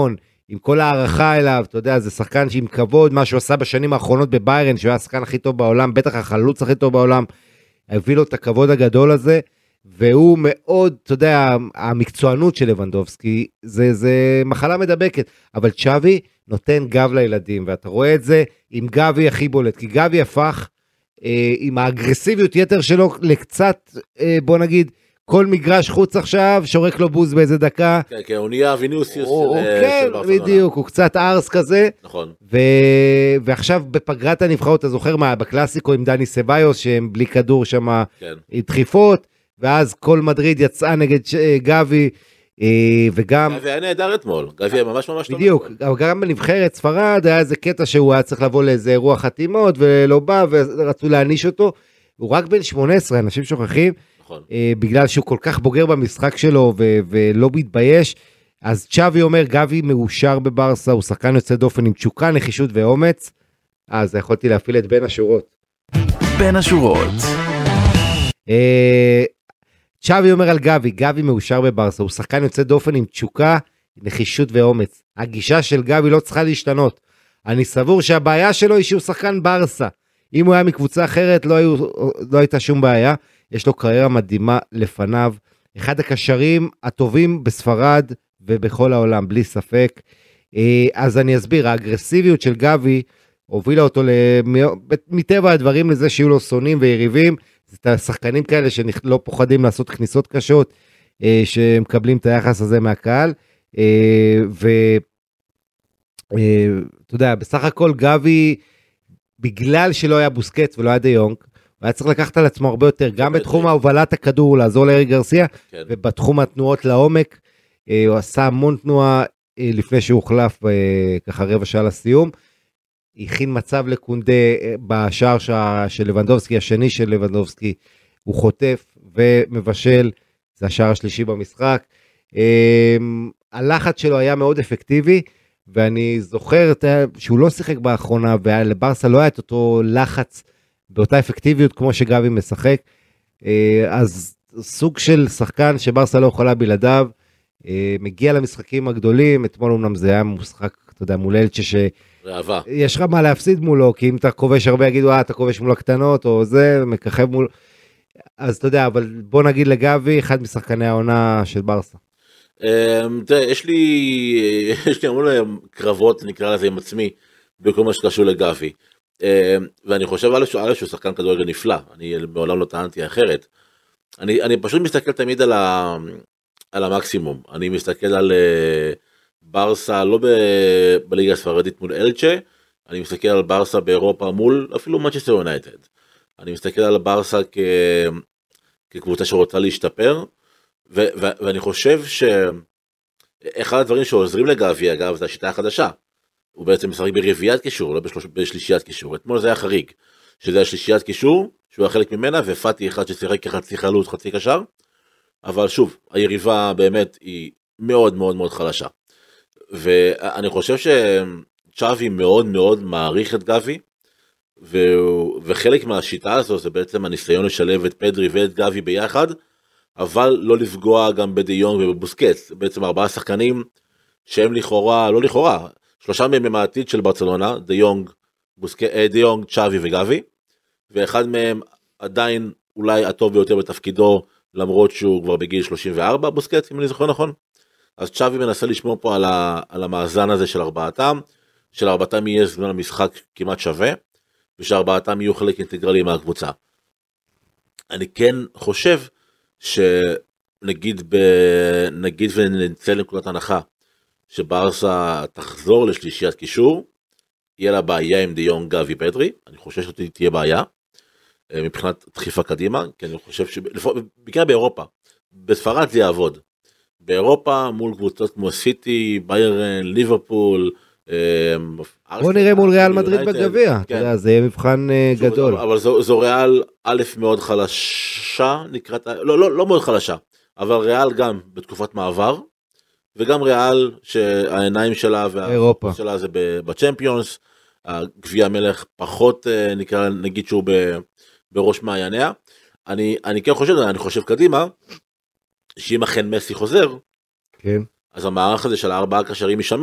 עם כל הערכה אליו, אתה יודע, זה שחקן שעם כבוד, מה שהוא עשה בשנים האחרונות בביירן, שהוא היה השחקן הכי טוב בעולם, בטח החלוץ הכי טוב בעולם, הביא לו את הכבוד הגדול הזה, והוא מאוד, אתה יודע, המקצוענות של לבנדובסקי, זה מחלה מדבקת, אבל צ'אבי נותן גב לילדים, ואתה רואה את זה עם גבי הכי בולט, כי גבי הפך עם האגרסיביות יתר שלו לקצת, בוא נגיד, כל מגרש חוץ עכשיו, שורק לו בוז באיזה דקה. כן, כן, הוא נהיה ויניוסיוס של ברצלונה. בדיוק, הוא קצת ארס כזה. נכון. ועכשיו בפגרת הנבחרות, אתה זוכר מה, בקלאסיקו עם דני סביוס, שהם בלי כדור שם, עם דחיפות, ואז כל מדריד יצאה נגד גבי, וגם... גבי היה נהדר אתמול, גבי היה ממש ממש טוב. בדיוק, גם בנבחרת ספרד, היה איזה קטע שהוא היה צריך לבוא לאיזה אירוע חתימות, ולא בא, ורצו להעניש אותו. הוא רק בן 18, אנשים שוכחים, בגלל שהוא כל כך בוגר במשחק שלו ולא מתבייש, אז צ'אבי אומר, גבי מאושר בברסה, הוא שחקן יוצא דופן עם תשוקה, נחישות ואומץ, אז יכולתי להפעיל את בין השורות. בין השורות. צ'אבי אומר על גבי, גבי מאושר בברסה, הוא שחקן יוצא דופן עם תשוקה, נחישות ואומץ. הגישה של גבי לא צריכה להשתנות. אני סבור שהבעיה שלו היא שהוא שחקן ברסה. אם הוא היה מקבוצה אחרת, לא הייתה שום בעיה. יש לו קריירה מדהימה לפניו, אחד הקשרים הטובים בספרד ובכל העולם, בלי ספק. אז אני אסביר, האגרסיביות של גבי הובילה אותו מטבע הדברים לזה שיהיו לו שונאים ויריבים, זה את השחקנים כאלה שלא פוחדים לעשות כניסות קשות, שמקבלים את היחס הזה מהקהל, ואתה יודע, בסך הכל גבי, בגלל שלא היה בוסקט ולא היה דה יונג, הוא היה צריך לקחת על עצמו הרבה יותר, גם בתחום ההובלת הכדור, לעזור לאריק גרסיה, ובתחום התנועות לעומק, הוא עשה המון תנועה לפני שהוא הוחלף ככה רבע שעה לסיום, הכין מצב לקונדה בשער של לבנדובסקי, השני של לבנדובסקי, הוא חוטף ומבשל, זה השער השלישי במשחק, הלחץ שלו היה מאוד אפקטיבי, ואני זוכר שהוא לא שיחק באחרונה, ולברסה לא היה את אותו לחץ, באותה אפקטיביות כמו שגבי משחק, אז סוג של שחקן שברסה לא יכולה בלעדיו, מגיע למשחקים הגדולים, אתמול אומנם זה היה משחק, אתה יודע, מול אלצ'ה יש לך מה להפסיד מולו, כי אם אתה כובש הרבה יגידו, אתה כובש מול הקטנות, או זה, מככב מול, אז אתה יודע, אבל בוא נגיד לגבי, אחד משחקני העונה של ברסה. יש לי המון קרבות, נקרא לזה עם עצמי, בכל מה שקשור לגבי. ואני חושב עליו שהוא שחקן כדורגל נפלא, אני מעולם לא טענתי אחרת, אני פשוט מסתכל תמיד על המקסימום, אני מסתכל על ברסה לא בליגה הספרדית מול אלצ'ה, אני מסתכל על ברסה באירופה מול אפילו מנצ'סטר יונייטד, אני מסתכל על ברסה כקבוצה שרוצה להשתפר, ואני חושב שאחד הדברים שעוזרים לגבי, אגב, זה השיטה החדשה, הוא בעצם משחק ברביעיית קישור, לא בשלישיית קישור. אתמול זה היה חריג, שזה היה שלישיית קישור, שהוא היה חלק ממנה, ופאטי אחד ששיחק כחצי חלוץ, חצי קשר, אבל שוב, היריבה באמת היא מאוד מאוד מאוד חלשה. ואני חושב שצ'אבי מאוד מאוד מעריך את גבי, וחלק מהשיטה הזו זה בעצם הניסיון לשלב את פדרי ואת גבי ביחד, אבל לא לפגוע גם בדה יונג ובבוסקץ, בעצם 4 שחקנים שהם לכאורה, לא לכאורה, 3 מהם הם העתיד של ברצלונה, דה יונג, צ'אבי וגבי, ואחד מהם עדיין אולי הטוב ביותר בתפקידו, למרות שהוא כבר בגיל 34, בוסקט, אם אני זוכר נכון. אז צ'אבי מנסה לשמור פה על המאזן הזה של 4, של 4 יהיה זמן המשחק כמעט שווה, ושארבעתם יהיו חלק אינטגרלי מהקבוצה. אני כן חושב שנגיד ונצא לנקודת הנחה, שברסה תחזור לשלישיית קישור, יהיה לה בעיה עם דה יונג, גבי, פדרי, אני חושב שתהיה בעיה, מבחינת דחיפה קדימה, כי אני חושב שבעיקר באירופה, בספרד זה יעבוד, באירופה מול קבוצות כמו סיטי, ביירן, ליברפול, בוא נראה מול ריאל מדריד בגביע, זה יהיה מבחן גדול. אבל זו ריאל א' מאוד חלשה, לא מאוד חלשה, אבל ריאל גם בתקופת מעבר, וגם ריאל שהעיניים שלה והפוקוס שלה זה בצ'מפיונס, גביע המלך פחות נגיד שהוא בראש מעייניה. אני כן חושב, אני חושב קדימה, שאם אכן מסי חוזר, כן. אז המערך הזה של 4 הקשרים יישמר,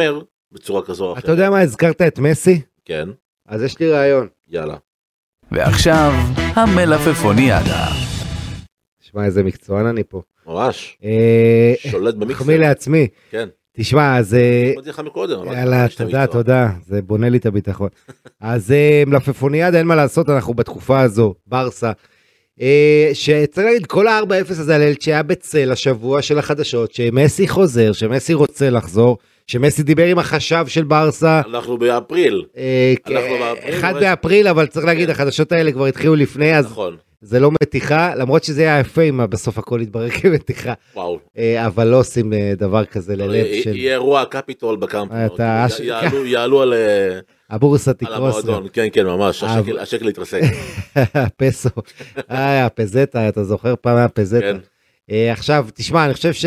בצורה כזו או אחרת. אתה יודע מה, הזכרת את מסי? כן. אז יש לי רעיון. יאללה. ועכשיו, המלפפוניאדה. תשמע, איזה מקצוען אני פה. ממש. שולט במיקסר. מחמיא לעצמי. כן. תשמע, אז... אמרתי לך מקודם. יאללה, תודה. זה בונה לי את הביטחון. אז מלפפוניאדה, אין מה לעשות, אנחנו בתקופה הזו, ברסה. שצריך להגיד, כל ה-4-0 הזה על שהיה בצל השבוע של החדשות, שמסי חוזר, שמסי רוצה לחזור, שמסי דיבר עם החשב של ברסה. אנחנו באפריל. 1 באפריל, אבל צריך להגיד, החדשות האלה כבר התחילו לפני, אז זה לא מתיחה, למרות שזה היה יפה אם בסוף הכל יתברר כמתיחה. וואו. אבל לא עושים דבר כזה ללב של... יהיה אירוע קפיטול בקמפונות. יעלו על... הבורסה תקרוס. כן, ממש, השקל התרסק. פסו. הפזטה, אתה זוכר פעם הפזטה. עכשיו, תשמע, אני חושב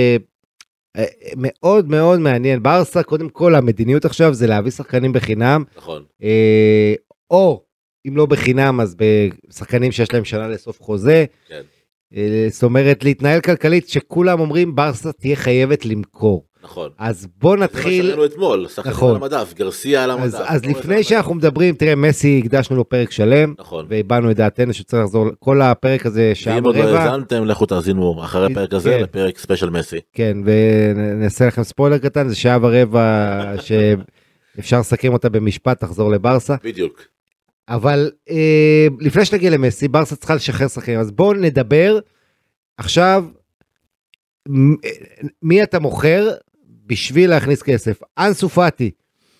מאוד מאוד מעניין. ברסה, קודם כל, המדיניות עכשיו זה להביא שחקנים בחינם. נכון. או, אם לא בחינם, אז בשחקנים שיש להם שנה לסוף חוזה. כן. זאת אומרת, להתנהל כלכלית, שכולם אומרים, ברסה תהיה חייבת למכור. נכון. אז בוא נתחיל... זה מה שראינו אתמול, שחקנים על המדף, גרסיה על המדף. אז לפני שאנחנו מדברים, תראה, מסי, הקדשנו לו פרק שלם, נכון. והבנו את דעתנו שצריך לחזור, כל הפרק הזה שעה ורבע. ואם עוד לא הזנתם, לכו תאזינו אחרי הפרק הזה, לפרק ספיישל מסי. כן, ונעשה לכם ספוילר קטן, זה שעה ורבע שאפשר לסכם אותה במשפט, תחזור לברסה. בדיוק. אבל לפני שנגיע למסי, ברסה צריכה לשחרר שחקנים, אז בואו נדבר עכשיו, מי אתה מוכר בשביל להכניס כסף? אנסו פאטי,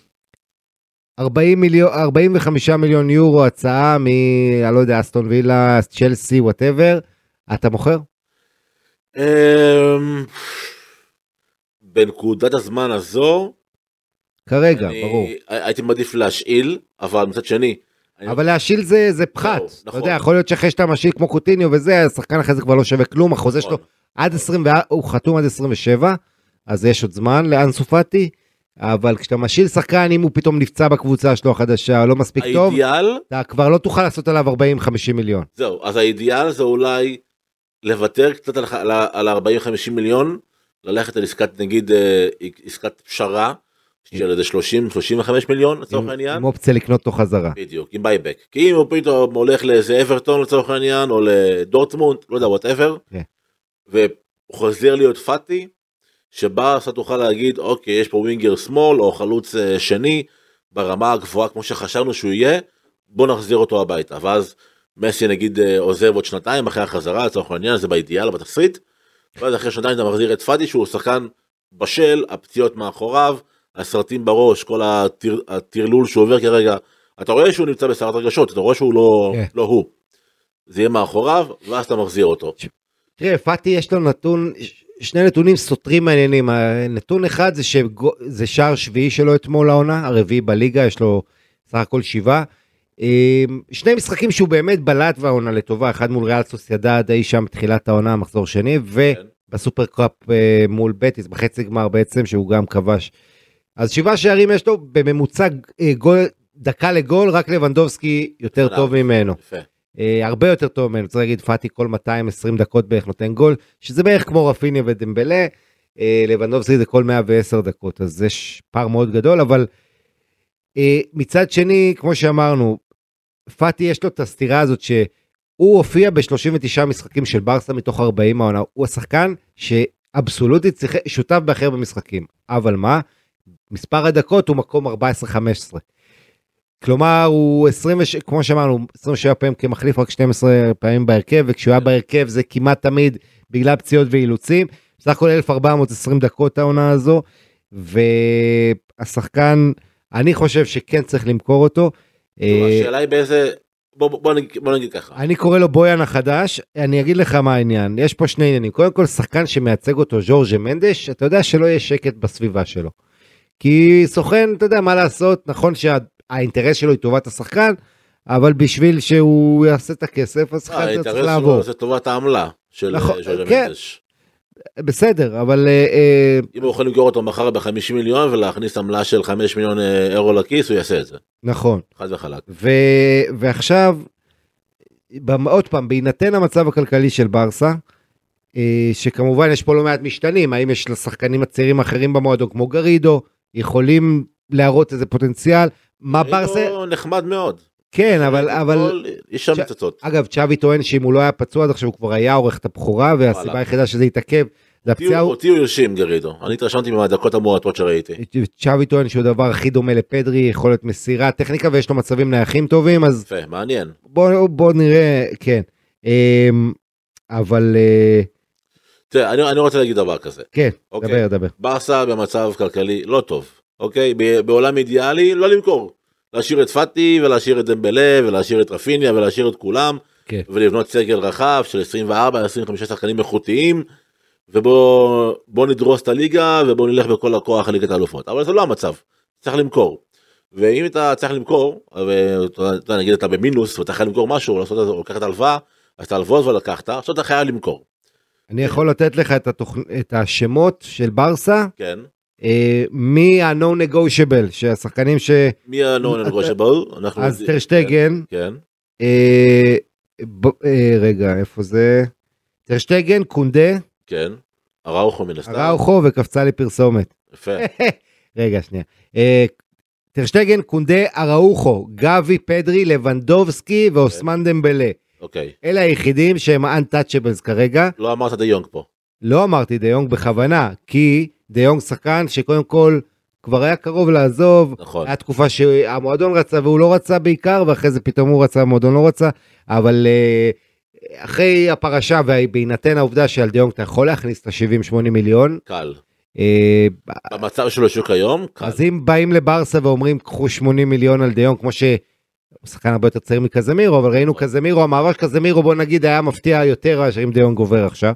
45 מיליון יורו הצעה אני לא יודע, אסטון וילה, צ'לסי, whatever, אתה מוכר? בנקודת הזמן הזו, כרגע, ברור. הייתי מעדיף להשאיל, אבל מצד שני, אבל להשיל זה פחת, אתה יודע, יכול להיות שאחרי שאתה משיל כמו קוטיניו וזה, השחקן אחרי זה כבר לא שווה כלום, החוזה שלו עד 24, הוא חתום עד 27, אז יש עוד זמן לאנסו פאטי, אבל כשאתה משיל שחקן, אם הוא פתאום נפצע בקבוצה שלו החדשה, לא מספיק טוב, אתה כבר לא תוכל לעשות עליו 40-50 מיליון. זהו, אז האידיאל זה אולי לוותר קצת על 40-50 מיליון, ללכת על עסקת, נגיד, עסקת פשרה, של איזה 30-35 מיליון לצורך העניין. עם אופציה לקנות תוך חזרה. בדיוק, עם בייבק. כי אם הוא פתאום הולך לאיזה אברטון לצורך העניין, או לדורטמונד, לא יודע, whatever, והוא חוזר להיות פאטי, שבה אתה תוכל להגיד, אוקיי, יש פה ווינגר שמאל, או חלוץ שני, ברמה הגבוהה כמו שחשבנו שהוא יהיה, בוא נחזיר אותו הביתה. ואז מסי נגיד עוזב עוד שנתיים אחרי החזרה, לצורך העניין, זה באידיאל, בתסריט, ואז אחרי שנתיים אתה מחזיר את פאטי, שהוא שחקן בשל, הפציעות מאחוריו, הסרטים בראש, כל הטרלול שהוא עובר כרגע, אתה רואה שהוא נמצא בסערת רגשות, אתה רואה שהוא לא הוא. זה יהיה מאחוריו, ואז אתה מחזיר אותו. תראה, פאטי יש לו נתון, שני נתונים סותרים מעניינים. נתון אחד זה שער שביעי שלו אתמול העונה, הרביעי בליגה, יש לו סך הכל 7. שני משחקים שהוא באמת בלט והעונה לטובה, אחד מול ריאל סוסיידד, אי שם בתחילת העונה, מחזור שני, ובסופר קראפ מול בטיס, בחצי גמר בעצם, שהוא גם כבש. אז 7 שערים יש לו, בממוצע דקה לגול, רק לבנדובסקי יותר טוב ממנו. הרבה יותר טוב ממנו, צריך להגיד, פאטי כל 220 דקות בערך נותן גול, שזה בערך כמו רפיניה ודמבלה, לבנדובסקי זה כל 110 דקות, אז יש פער מאוד גדול, אבל מצד שני, כמו שאמרנו, פאטי יש לו את הסתירה הזאת, שהוא הופיע ב-39 משחקים של ברסה מתוך 40 העונה, הוא השחקן שאבסולוטית שותף באחר במשחקים, אבל מה? מספר הדקות הוא מקום 14-15. כלומר, הוא 20, כמו שאמרנו, 27 פעמים כמחליף, רק 12 פעמים בהרכב, וכשהוא היה בהרכב זה כמעט תמיד בגלל פציעות ואילוצים. בסך הכל 1420 דקות העונה הזו, והשחקן, אני חושב שכן צריך למכור אותו. השאלה היא באיזה, בוא נגיד ככה. אני קורא לו בויאן החדש, אני אגיד לך מה העניין. יש פה שני עניינים. קודם כל, שחקן שמייצג אותו, ז'ורג'ה מנדש, אתה יודע שלא יהיה שקט בסביבה שלו. כי סוכן, אתה יודע מה לעשות, נכון שהאינטרס שלו היא טובת השחקן, אבל בשביל שהוא יעשה את הכסף, השחקן צריך לעבור. האינטרס שלו זה טובת העמלה של ז'ורג'ה מנדש. בסדר, אבל... אם הוא יכול למכור אותו מחר ב-50 מיליון, ולהכניס עמלה של 5 מיליון אירו לכיס, הוא יעשה את זה. נכון. חד וחלק. ועכשיו, עוד פעם, בהינתן המצב הכלכלי של ברסה, שכמובן יש פה לא מעט משתנים, האם יש לשחקנים הצעירים אחרים במועדון, כמו גרידו, יכולים להראות איזה פוטנציאל, מה ברסה... נחמד מאוד. כן, אבל... יש שם מצצות. אגב, צ'אבי טוען שאם הוא לא היה פצוע עד עכשיו, הוא כבר היה עורך את הבחורה, והסיבה היחידה שזה יתעכב, אותי הוא ירשים גרידו, אני התרשמתי מהדקות המועטות שראיתי. צ'אבי טוען שהוא דבר הכי דומה לפדרי, יכולת מסירה, טכניקה, ויש לו מצבים נייחים טובים, אז... יפה, מעניין. בוא נראה, כן. אבל... תראה, אני רוצה להגיד דבר כזה. כן, דבר. ברסה במצב כלכלי לא טוב, אוקיי? בעולם אידיאלי לא למכור. להשאיר את פאטי ולהשאיר את דמבלה ולהשאיר את רפיניה ולהשאיר את כולם, ולבנות סגל רחב של 24-25 שחקנים איכותיים, ובוא נדרוס את הליגה ובוא נלך בכל הכוח לליגת האלופות. אבל זה לא המצב, צריך למכור. ואם אתה צריך למכור, נגיד אתה במינוס ואתה חייב למכור משהו, לקחת הלוואה, אז אתה הלוואות ולקחת, עכשיו אתה חייב למכור. אני יכול לתת לך את השמות של ברסה, כן. מי ה-no negotiable, שהשחקנים מי ה-no negotiable? אז טרשטגן, כן. רגע, איפה זה? טרשטגן, קונדה, כן. אראוחו מן הסתם. אראוחו וקפצה לי פרסומת. יפה. רגע, שנייה. טרשטגן, קונדה, אראוחו, גבי, פדרי, לבנדובסקי ואוסמן דמבלה. אוקיי. אלה היחידים שהם untouchables כרגע. לא אמרת דיונג פה. לא אמרתי דיונג בכוונה, כי דיונג שחקן שקודם כל כבר היה קרוב לעזוב. נכון. היה תקופה שהמועדון רצה והוא לא רצה בעיקר, ואחרי זה פתאום הוא רצה, המועדון לא רצה, אבל אחרי הפרשה ובהינתן העובדה שעל דיונג אתה יכול להכניס את ה-70-80 מיליון. קל. במצב שלו שוק היום, קל. אז אם באים לברסה ואומרים קחו 80 מיליון על דיונג, כמו שהוא שחקן הרבה יותר צעיר מקזמירו, אבל ראינו קזמירו, המעבר קזמירו בוא נגיד היה מפתיע יותר מאשר אם דיונג עובר עכשיו.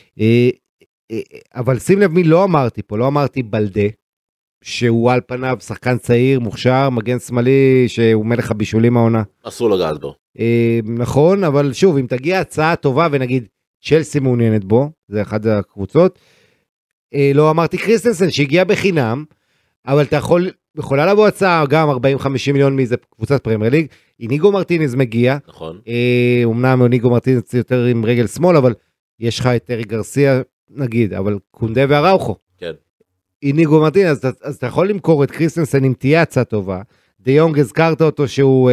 אבל שים לב מי לא אמרתי פה, לא אמרתי בלדה, שהוא על פניו שחקן צעיר, מוכשר, מגן שמאלי, שהוא מלך הבישולים העונה. אסור לגעת בו. נכון, אבל שוב, אם תגיע הצעה טובה, ונגיד צ'לסי מעוניינת בו, זה אחת הקבוצות, לא אמרתי קריסטנסן, שהגיע בחינם, אבל אתה יכולה לבוא הצעה, גם 40-50 מיליון מאיזה קבוצת פרמייר ליג, איניגו מרטינז מגיע, נכון. אמנם איניגו מרטינז יותר עם רגל שמאל, אבל יש לך את ארי גרסיה, נגיד, אבל קונדה ואראוחו. כן. איניגו מרטינז, אז אתה יכול למכור את קריסטנסן אם תהיה הצעה טובה. דיונג הזכרת אותו שהוא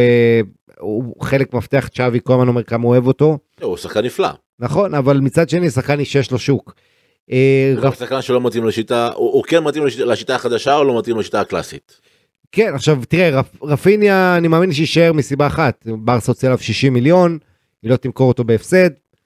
חלק מפתח, צ'אבי כל אומר כמה הוא אוהב אותו. הוא שחקן נפלא. נכון, אבל מצד שני שחקן אישש לו שוק. הוא שחקן שלא מתאים לשיטה, הוא כן מתאים לשיטה החדשה או לא מתאים לשיטה הקלאסית? כן, עכשיו תראה, רפיניה אני מאמין שישאר מסיבה אחת, ברסה הוציא עליו 60 מיליון, היא לא תמכור אותו בהפסד,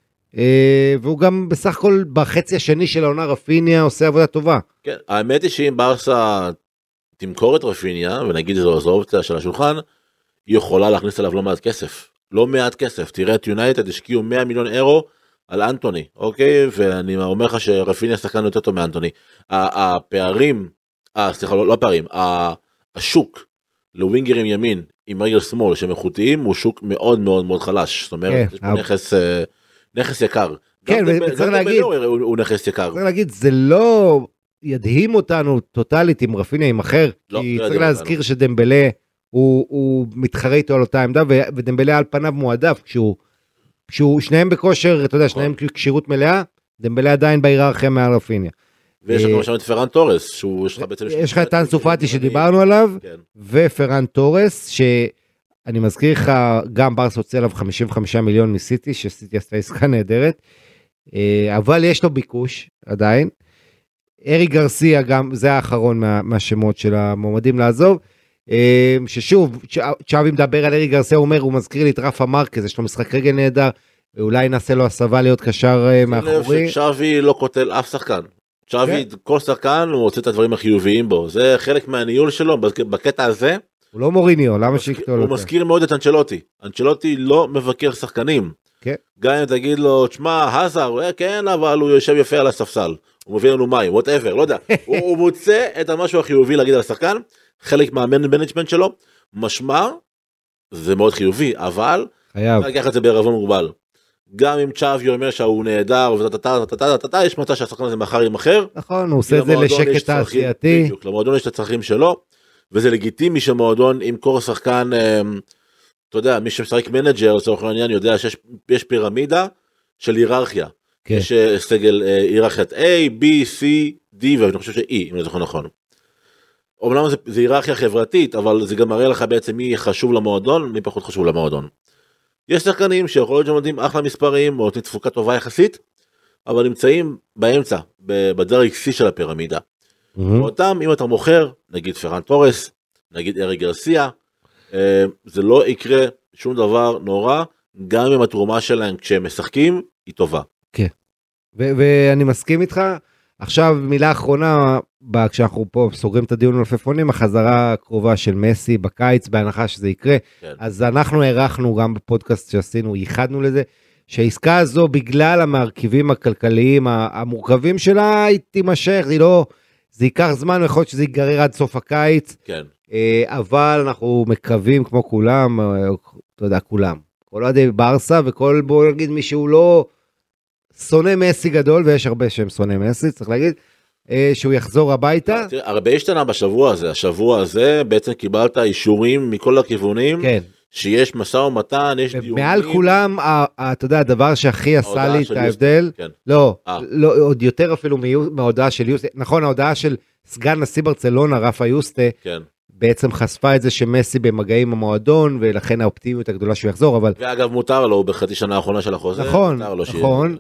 והוא גם בסך הכל בחצי השני של העונה רפיניה עושה עבודה טובה. כן, האמת היא שאם ברסה תמכור את רפיניה, ונגיד זו האופציה של השולחן, היא יכולה להכניס עליו לא מעט כסף. לא מעט כסף. תראה את יונייטד השקיעו 100 מיליון אירו על אנטוני, אוקיי? ואני אומר לך שרפיניה שחקן יותר טוב מאנטוני. הפערים, סליחה, לא הפערים, השוק לווינגרים ימין עם רגל שמאל שהם איכותיים, הוא שוק מאוד מאוד מאוד חלש. זאת אומרת, יש פה נכס יקר. כן, וצריך להגיד, הוא נכס יקר. צריך להגיד, זה לא ידהים אותנו טוטלית עם רפיניה עם אחר, כי צריך להזכיר שדמבלה הוא מתחרה איתו על אותה עמדה, ודמבלה על פניו מועדף, כשהוא שניהם בכושר, אתה יודע, שניהם כשירות מלאה, דמבלה עדיין בהיררכיה מעל רפיניה. ויש לנו שם את פרן טורס, יש לך את אנסו פאטי שדיברנו עליו, ופרן טורס, שאני מזכיר לך, גם ברסה הוציא עליו 55 מיליון מסיטי, שסיטי עשתה עסקה נהדרת, אבל יש לו ביקוש עדיין. ארי גרסיה גם, זה האחרון מהשמות של המועמדים לעזוב, ששוב, צ'אבי מדבר על ארי גרסיה, הוא מזכיר לי את רפה מרקז, יש לו משחק רגל נהדר, אולי נעשה לו הסבה להיות קשר מאחורי. צ'אבי לא קוטל אף שחקן. צ'אבי, כל שחקן הוא רוצה את הדברים החיוביים בו, זה חלק מהניהול שלו, בקטע הזה. הוא לא מוריניו, למה שיקטול אותו? הוא מזכיר מאוד את אנצ'לוטי, אנצ'לוטי לא מבקר שחקנים. גם אם תגיד לו, תשמע, הזר, כן, אבל הוא יושב יפה על הספסל, הוא מביא לנו מים, whatever, לא יודע, הוא מוצא את המשהו החיובי להגיד על השחקן, חלק מהמנג'מנט שלו, משמע, זה מאוד חיובי, אבל, חייב. לקח את זה בערבון מוגבל. גם אם צ'אבי אומר שהוא נהדר, יש מצב שהשחקן הזה מחר ימחר. נכון, הוא עושה את זה לשקט תעשייתי. למועדון יש את הצרכים שלו, וזה לגיטימי שמועדון ימכור שחקן, אתה יודע, מי שמשחק מנג'ר, לצורך העניין, יודע שיש פירמידה של היררכיה. יש סגל היררכיית A, B, C, D, ואני חושב ש-E, אם אני זוכר נכון. אומנם זה היררכיה חברתית, אבל זה גם מראה לך בעצם מי חשוב למועדון, מי פחות חשוב למועדון. יש שחקנים שיכול להיות שמודדים אחלה מספרים, או תפוקה טובה יחסית, אבל נמצאים באמצע, בדרג C של הפירמידה. ואותם, אם אתה מוכר, נגיד פרן טורס, נגיד ארי גרסיה, זה לא יקרה שום דבר נורא, גם אם התרומה שלהם כשהם משחקים, היא טובה. כן, ואני מסכים איתך. עכשיו מילה אחרונה, כשאנחנו פה סוגרים את הדיון על עפפונים, החזרה הקרובה של מסי בקיץ, בהנחה שזה יקרה, כן. אז אנחנו הערכנו גם בפודקאסט שעשינו, ייחדנו לזה, שהעסקה הזו בגלל המרכיבים הכלכליים המורכבים שלה, היא תימשך, זה ייקח זמן, יכול להיות שזה ייגרר עד סוף הקיץ, כן. אבל אנחנו מקווים כמו כולם, אתה יודע, כולם, כל עדי ברסה וכל, בוא נגיד מישהו לא שונא מסי גדול, ויש הרבה שהם שונא מסי, צריך להגיד, שהוא יחזור הביתה. הרבה השתנה השבוע הזה בעצם קיבלת אישורים מכל הכיוונים, כן. שיש משא ומתן, יש דיונים. מעל כולם, אתה יודע, הדבר שהכי עשה לי את ההבדל, לא, עוד יותר אפילו מההודעה של יוסטה, נכון, ההודעה של סגן נשיא ברצלונה, רפה יוסטה, בעצם חשפה את זה שמסי במגעים המועדון, ולכן האופטימיות הגדולה שהוא יחזור, אבל... ואגב, מותר לו בחצי שנה האחרונה של החוזה. נכון, נכון.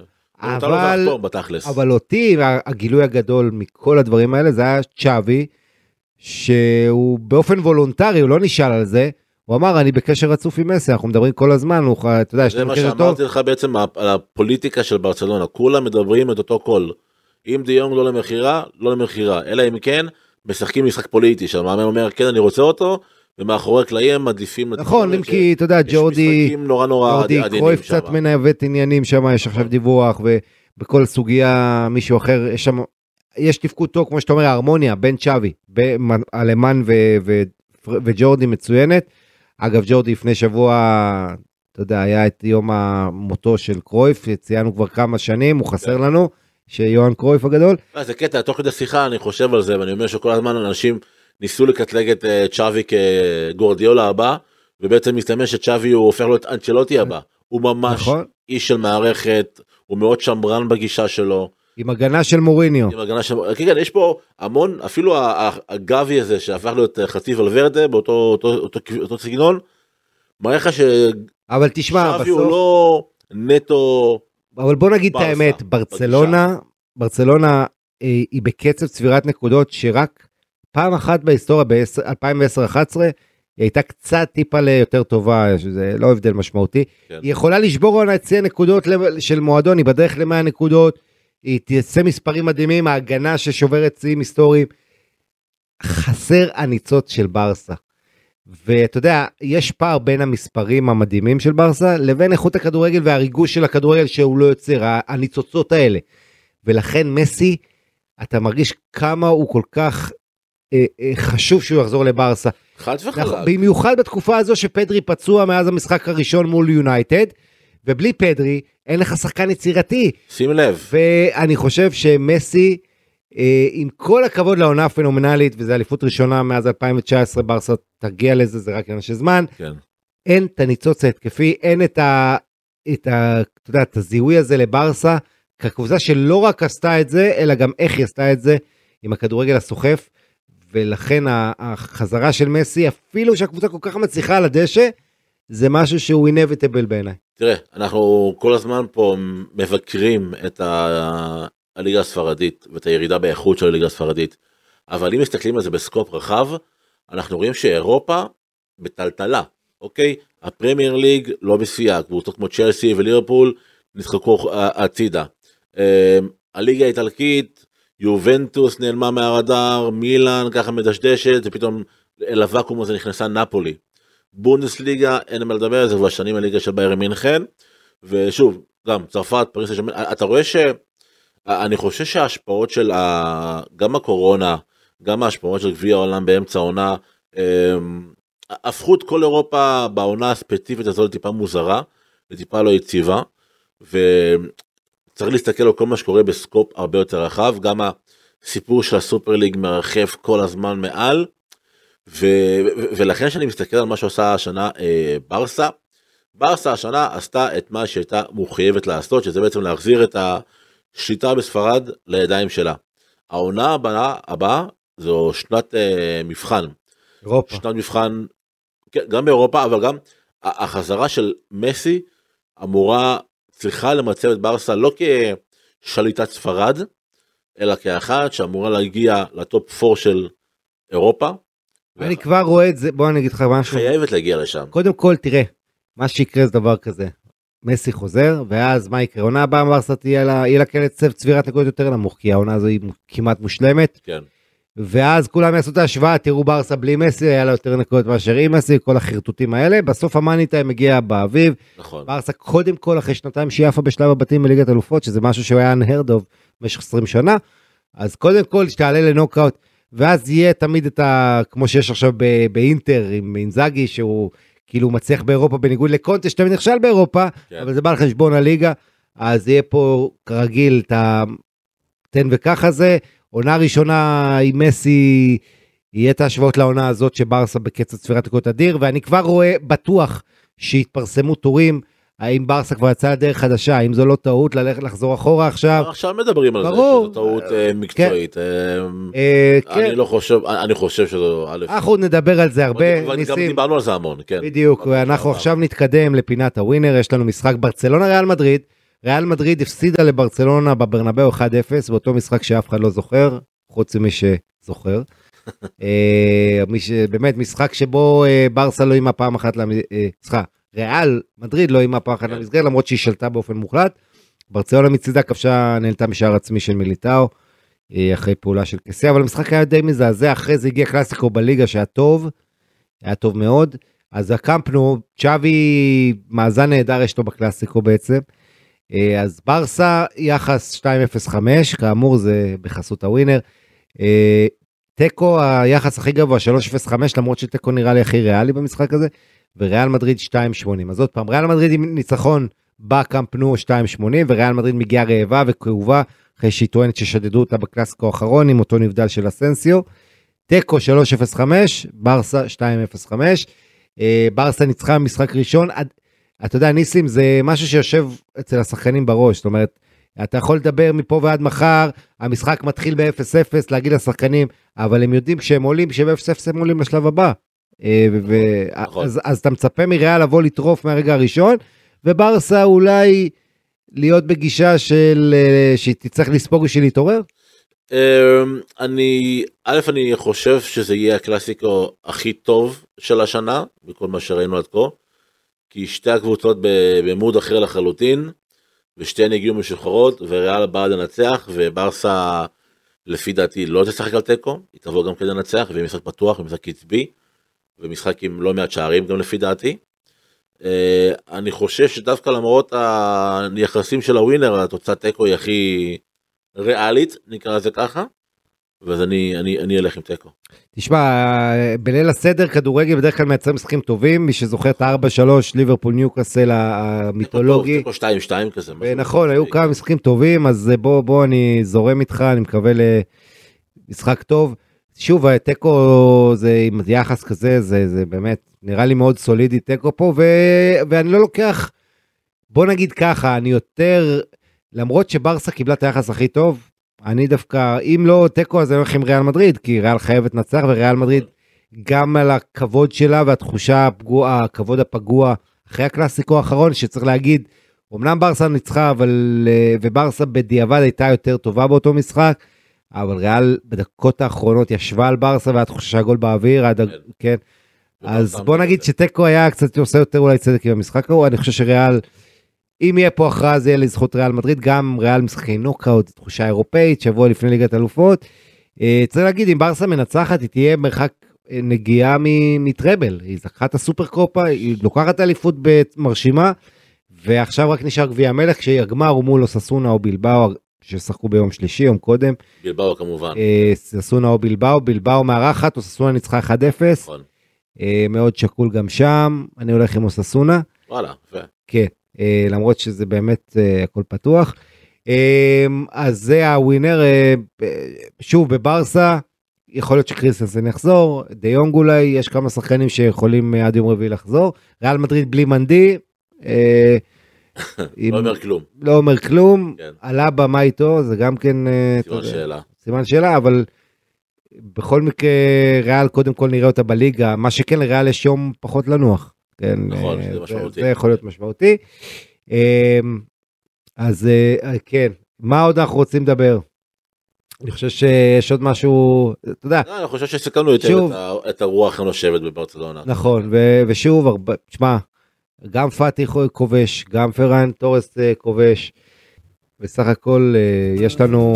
אבל אותי, הגילוי הגדול מכל הדברים האלה, זה היה צ'אבי, שהוא באופן וולונטרי, הוא לא נשאל על זה, הוא אמר, אני בקשר רצוף עם מסי, אנחנו מדברים כל הזמן, אתה יודע, זה מה שאמרתי לך בעצם, על הפוליטיקה של ברצלונה, כולם מדברים את אותו קול, אם דיונג לא למחירה, לא למחירה, אלא אם כן, משחקים משחק פוליטי, שהמאמן אומר, כן, אני רוצה אותו, ומאחורי הקלעים מדליפים... נכון, אם כי, אתה יודע, ג'ורדי, קרויף קצת מנהבת עניינים שם, יש עכשיו דיווח, ובכל סוגיה מישהו אחר, יש תפקוד טוב, כמו שאתה אומר, ההרמוניה, בין צ'אבי, אלמן וג'ורדי מצוינת, אגב, ג'ורדי לפני שבוע, אתה יודע, היה את יום המותו של קרויף, ציינו כבר כמה שנים, הוא חסר לנו, שיוהאן קרויף הגדול. זה קטע, תוך כדי שיחה אני חושב על זה, ואני אומר שכל הזמן אנשים ניסו לקטלג את צ'אבי כגורדיולה הבא, ובעצם מסתמן שצ'אבי הוא הופך לו את אנצ'לוטי הבא. הוא ממש איש של מערכת, הוא מאוד שמרן בגישה שלו. עם הגנה של מוריניו. כן, יש פה המון, אפילו הגבי הזה שהפך להיות חצי ולוורדה, באותו סגנון, מראה לך אבל תשמע, צ'אבי הוא לא נטו... אבל בוא נגיד את האמת, ברצלונה היא בקצב צבירת נקודות, שרק פעם אחת בהיסטוריה, ב-2010-2011, היא הייתה קצת טיפה ליותר טובה, שזה לא הבדל משמעותי, היא יכולה לשבור על הצי הנקודות של מועדון, היא בדרך ל100 נקודות, היא תעשה מספרים מדהימים, ההגנה ששוברת ציים היסטוריים, חסר הניצוץ של ברסה. ואתה יודע, יש פער בין המספרים המדהימים של ברסה, לבין איכות הכדורגל והריגוש של הכדורגל שהוא לא יוצר, הניצוצות האלה. ולכן מסי, אתה מרגיש כמה הוא כל כך חשוב שהוא יחזור לברסה. חד וחלק. במיוחד בתקופה הזו שפדרי פצוע מאז המשחק הראשון מול יונייטד, ובלי פדרי אין לך שחקן יצירתי. שים לב. ואני חושב שמסי, עם כל הכבוד לעונה הפנומנלית, וזו אליפות ראשונה מאז 2019, ברסה תגיע לזה, זה רק עניין של זמן, כן. אין את הניצוץ ההתקפי, אין את הזיהוי הזה לברסה, כקבוצה שלא רק עשתה את זה, אלא גם איך היא עשתה את זה, עם הכדורגל הסוחף, ולכן החזרה של מסי, אפילו שהקבוצה כל כך מצליחה על הדשא, זה משהו שהוא inevitable בעיניי. תראה, אנחנו כל הזמן פה מבקרים את הליגה הספרדית, ואת הירידה באיכות של הליגה הספרדית, אבל אם מסתכלים על זה בסקופ רחב, אנחנו רואים שאירופה בטלטלה, אוקיי? הפרמייר ליג לא בספייה, קבוצות כמו צ'לסי וליברפול נדחקו הצידה. הליגה האיטלקית, יובנטוס נעלמה מהרדאר, מילאן ככה מדשדשת, ופתאום אל הוואקום הזה נכנסה נפולי. בונדסליגה, אין מה לדבר על זה, כבר שנים הליגה של ביירן מינכן, ושוב, גם צרפת, פריס, אתה רואה אני חושב שההשפעות של גם הקורונה, גם ההשפעות של גביע העולם באמצע העונה, הפכו את כל אירופה בעונה הספציפית הזו לטיפה מוזרה, לטיפה לא יציבה, וצריך להסתכל על כל מה שקורה בסקופ הרבה יותר רחב, גם הסיפור של הסופר ליג מרחב כל הזמן מעל, ולכן שאני מסתכל על מה שעושה השנה ברסה השנה עשתה את מה שהייתה מחויבת לעשות, שזה בעצם להחזיר את השליטה בספרד לידיים שלה. העונה הבאה זו שנת מבחן. אירופה. שנת מבחן, גם באירופה, אבל גם החזרה של מסי צריכה למצב את ברסה לא כשליטת ספרד, אלא כאחת שאמורה להגיע לטופ 4 של אירופה. אני כבר רואה את זה, בוא אני אגיד לך משהו. חייבת להגיע לשם. קודם כל, תראה, מה שיקרה זה דבר כזה. מסי חוזר, ואז מה יקרה? עונה הבאה ברסה יהיה לה כאלה צבירת נקודות יותר נמוך, כי העונה הזו היא כמעט מושלמת. כן. ואז כולם יעשו את ההשוואה, תראו ברסה בלי מסי, היה לה יותר נקודות מאשר עם מסי, כל החרטוטים האלה. בסוף המאניטה מגיע באביב. נכון. ברסה קודם כל אחרי שנתיים שהיא עפה בשלב הבתים בליגת אלופות, שזה משהו שהוא היה unheard of במשך 20 שנה. אז קודם כל שתעלה לנוקאוט, ואז יהיה תמיד כמו שיש עכשיו באינטר עם אינזאגי, שהוא כאילו מצליח באירופה בניגוד לקונטה, שתמיד נכשל באירופה, כן. אבל זה בא על חשבון הליגה, אז יהיה פה כרגיל את התן וכך הזה, עונה ראשונה עם מסי, יהיה את ההשוואות לעונה הזאת שברסה בקצת צפירת נקודות אדיר, ואני כבר רואה בטוח שהתפרסמו טורים, האם ברסה כבר יצאה לדרך חדשה, האם זו לא טעות לחזור אחורה עכשיו? עכשיו מדברים על זה, שזו טעות מקצועית. אני חושב שזו א'. אנחנו נדבר על זה הרבה, ניסים. גם דיברנו על זה המון, כן. בדיוק, ואנחנו עכשיו נתקדם לפינת הווינר, יש לנו משחק ברצלונה ריאל מדריד, ריאל מדריד הפסידה לברצלונה בברנבאו 1-0, באותו משחק שאף אחד לא זוכר, חוץ ממי שזוכר. באמת משחק שבו ברסה לא אימה פעם אחת, ריאל מדריד לא אימה פעם אחת למסגרת, למרות שהיא שלטה באופן מוחלט. ברצלונה מצידה כבשה נעלתה משער עצמי של מיליטאו, אחרי פעולה של קסיה, אבל המשחק היה די מזעזע, אחרי זה הגיע קלאסיקו בליגה שהיה טוב, היה טוב מאוד, אז הקמפנו, צ'אבי מאזן נהדר יש לו בקלאסיקו בעצם, אז ברסה יחס 2.05, כאמור זה בחסות הווינר, טקו היחס הכי גבוה 3.05, למרות שטקו נראה לי הכי ריאלי במשחק הזה, וריאל מדריד 2.80, אז עוד פעם, ריאל מדריד עם ניצחון בקמפנו 2.80, וריאל מדריד מגיעה רעבה וכאובה, אחרי שהיא טוענת ששדדו אותה בקלאסיקו האחרון, עם אותו נבדל של אסנסיו, טקו 3.05, ברסה 2.05, ברסה ניצחה משחק ראשון, אתה יודע ניסים, זה משהו שיושב אצל השחקנים בראש, זאת אומרת, אתה יכול לדבר מפה ועד מחר, המשחק מתחיל ב-0-0, להגיד לשחקנים, אבל הם יודעים כשהם עולים, שב-0-0 הם עולים לשלב הבא, אז אתה מצפה מריאל לבוא לטרוף מהרגע הראשון, וברסה אולי להיות בגישה שתצטרך לספוג בשביל להתעורר? אני חושב שזה יהיה הקלאסיקו הכי טוב של השנה, בכל מה שראינו עד כה, כי שתי הקבוצות במוד אחר לחלוטין, ושתיהן הגיעו משוחררות, וריאל באה לנצח, וברסה לפי דעתי לא תשחק על טקו, היא תבוא גם כדי לנצח, ויהיה משחק פתוח, ומשחק קצבי, ומשחק עם לא מעט שערים גם לפי דעתי. אני חושב שדווקא למרות היחסים של הווינר, התוצאת טקו היא הכי ריאלית, נקרא לזה ככה, ואז אני אלך עם טקו. תשמע, בליל הסדר כדורגל בדרך כלל מייצר משחקים טובים, מי שזוכר את 4-3 ליברפול ניוקאסל המיתולוגי. טקו 2-2 כזה. נכון, היו כמה משחקים טובים, אז בוא אני זורם איתך, אני מקווה למשחק טוב. שוב, טקו זה עם יחס כזה, זה באמת נראה לי מאוד סולידי טקו פה, ואני לא לוקח, בוא נגיד ככה, אני יותר, למרות שברסה קיבלה את היחס הכי טוב, אני דווקא, אם לא טקו, אז אני הולך עם ריאל מדריד, כי ריאל חייבת נצח, וריאל מדריד גם על הכבוד שלה, והתחושה הפגועה, הכבוד הפגוע, אחרי הקלאסיקו האחרון, שצריך להגיד, אמנם ברסה ניצחה, וברסה בדיעבד הייתה יותר טובה באותו משחק, אבל ריאל בדקות האחרונות ישבה על ברסה, והיה תחושה שהגול באוויר, כן. אז בוא נגיד שטקו היה קצת עושה יותר אולי צדק עם המשחק ההוא, אני חושב שריאל, אם יהיה פה הכרעה זה יהיה לזכות ריאל מדריד, גם ריאל משחקי נוקאוט, תחושה אירופאית, שבוע לפני ליגת אלופות, צריך להגיד, אם ברסה מנצחת, היא תהיה מרחק נגיעה מטראבל, היא זכתה את הסופר קופה, היא לוקחת אליפות מרשימה, ועכשיו רק נשאר גביע המלך, כשהגמר הוא מול אוססונה או בלבאו, ששחקו ביום שלישי, יום קודם. בלבאו כמובן. אוססונה או בלבאו מארחת, אוססונה ניצחה 1-0. נכון. מאוד שקול גם שם, אני הולך עם אוססונה. וואלה, יפה. כן, למרות שזה באמת הכל פתוח. אז זה הווינר, שוב בברסה, יכול להיות שקריסטנסן יחזור, דיונג אולי, יש כמה שחקנים שיכולים עד יום רביעי לחזור, ריאל מדריד בלי מנדי, לא אומר כלום. לא אומר כלום, עלה במה איתו, זה גם כן... סימן שאלה. סימן שאלה, אבל בכל מקרה, ריאל קודם כל נראה אותה בליגה, מה שכן לריאל יש יום פחות לנוח. כן, נכון, זה משמעותי. זה יכול להיות משמעותי. אז כן, מה עוד אנחנו רוצים לדבר? אני חושב שיש עוד משהו, אתה יודע. אני חושב שסקרנו יותר את הרוח הנושבת בברצלונה. נכון, ושוב, תשמע, גם פאטי כובש, גם פרן טורס כובש, בסך הכל יש לנו,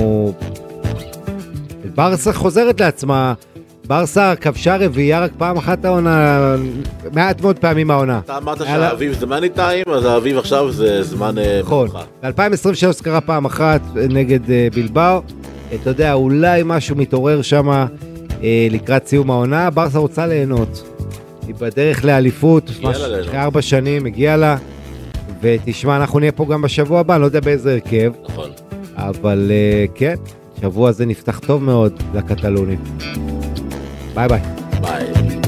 ברסה חוזרת לעצמה, ברסה כבשה רביעייה רק פעם אחת העונה, מעט מאוד פעמים העונה. אתה אמרת שהאביב זה מאני טיים, אז האביב עכשיו זה זמן נכון, ב-2023 קרה פעם אחת נגד בלבאו, אתה יודע, אולי משהו מתעורר שם לקראת סיום העונה, ברסה רוצה ליהנות. היא בדרך לאליפות, אחרי 4 שנים, הגיעה לה, ותשמע, אנחנו נהיה פה גם בשבוע הבא, לא יודע באיזה הרכב. נכון. אבל כן, שבוע הזה נפתח טוב מאוד לקטלונים. ביי ביי. ביי.